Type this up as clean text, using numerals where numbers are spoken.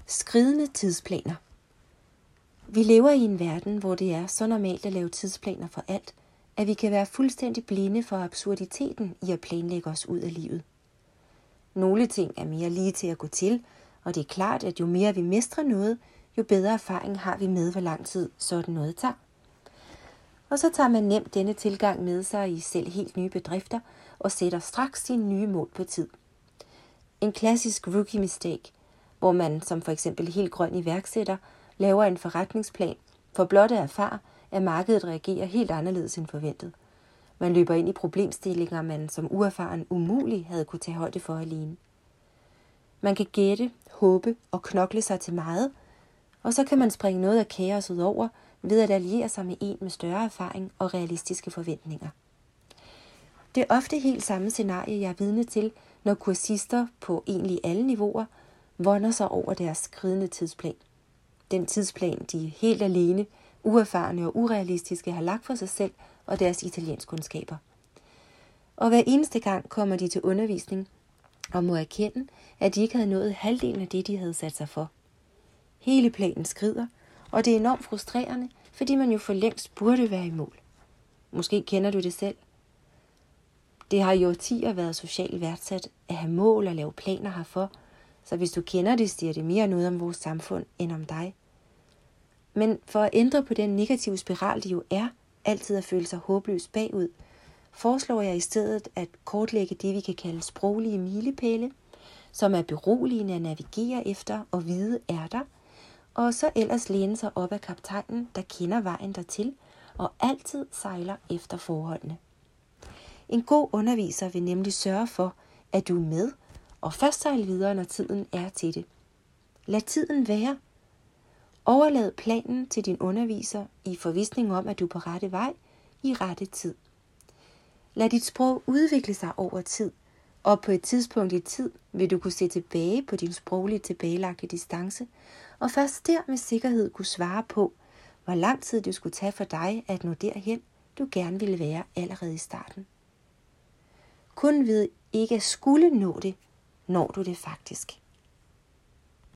Skridende tidsplaner. Vi lever i en verden, hvor det er så normalt at lave tidsplaner for alt, at vi kan være fuldstændig blinde for absurditeten i at planlægge os ud af livet. Nogle ting er mere lige til at gå til, og det er klart, at jo mere vi mestrer noget, jo bedre erfaring har vi med, hvor lang tid sådan noget tager. Og så tager man nemt denne tilgang med sig i selv helt nye bedrifter og sætter straks sine nye mål på tid. En klassisk rookie mistake, hvor man som for eksempel helt grøn iværksætter laver en forretningsplan for blot at erfare, at markedet reagerer helt anderledes end forventet. Man løber ind i problemstillinger, man som uerfaren umulig havde kunne tage højde for alene. Man kan gætte, håbe og knokle sig til meget, og så kan man springe noget af kaoset over ved at alliere sig med en med større erfaring og realistiske forventninger. Det er ofte helt samme scenarie, jeg er vidne til, når kursister på egentlig alle niveauer vonder sig over deres skridende tidsplan. Den tidsplan, de helt alene, uerfarne og urealistiske har lagt for sig selv og deres italienskkundskaber. Og hver eneste gang kommer de til undervisning og må erkende, at de ikke havde nået halvdelen af det, de havde sat sig for. Hele planen skrider, og det er enormt frustrerende, fordi man jo for længst burde være i mål. Måske kender du det selv. Det har i årtier været socialt værdsat at have mål og lave planer herfor, så hvis du kender det, siger det mere noget om vores samfund end om dig. Men for at ændre på den negative spiral, det jo er altid at føle sig håbløs bagud, foreslår jeg i stedet at kortlægge det, vi kan kalde sproglige milepæle, som er beroligende at navigere efter og vide er der, og så ellers læne sig op af kaptajnen, der kender vejen dertil og altid sejler efter forholdene. En god underviser vil nemlig sørge for, at du er med, og først sejle videre, når tiden er til det. Lad tiden være. Overlad planen til din underviser i forvisning om, at du er på rette vej i rette tid. Lad dit sprog udvikle sig over tid, og på et tidspunkt i tid vil du kunne se tilbage på din sproglige tilbagelagte distance, og først der med sikkerhed kunne svare på, hvor lang tid det skulle tage for dig at nå derhen, du gerne ville være allerede i starten. Kun ved ikke at skulle nå det, når du det faktisk.